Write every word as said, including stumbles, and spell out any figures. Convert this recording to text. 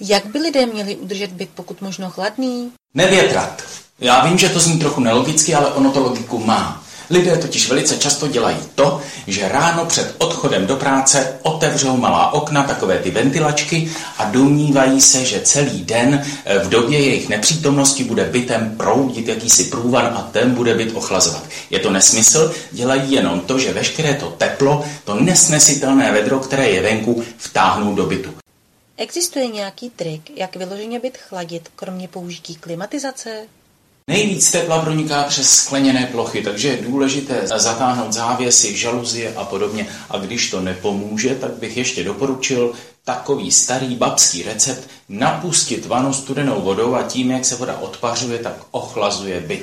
Jak by lidé měli udržet byt pokud možno chladný? Nevětrat. Já vím, že to zní trochu nelogicky, ale ono to logiku má. Lidé totiž velice často dělají to, že ráno před odchodem do práce otevřou malá okna, takové ty ventilačky, a domnívají se, že celý den v době jejich nepřítomnosti bude bytem proudit jakýsi průvan a ten bude byt ochlazovat. Je to nesmysl, dělají jenom to, že veškeré to teplo, to nesnesitelné vedro, které je venku, vtáhnou do bytu. Existuje nějaký trik, jak vyloženě byt chladit, kromě použití klimatizace? Nejvíc tepla proniká přes skleněné plochy, takže je důležité zatáhnout závěsy, žaluzie a podobně. A když to nepomůže, tak bych ještě doporučil takový starý babský recept napustit vanu studenou vodou a tím, jak se voda odpařuje, tak ochlazuje byt.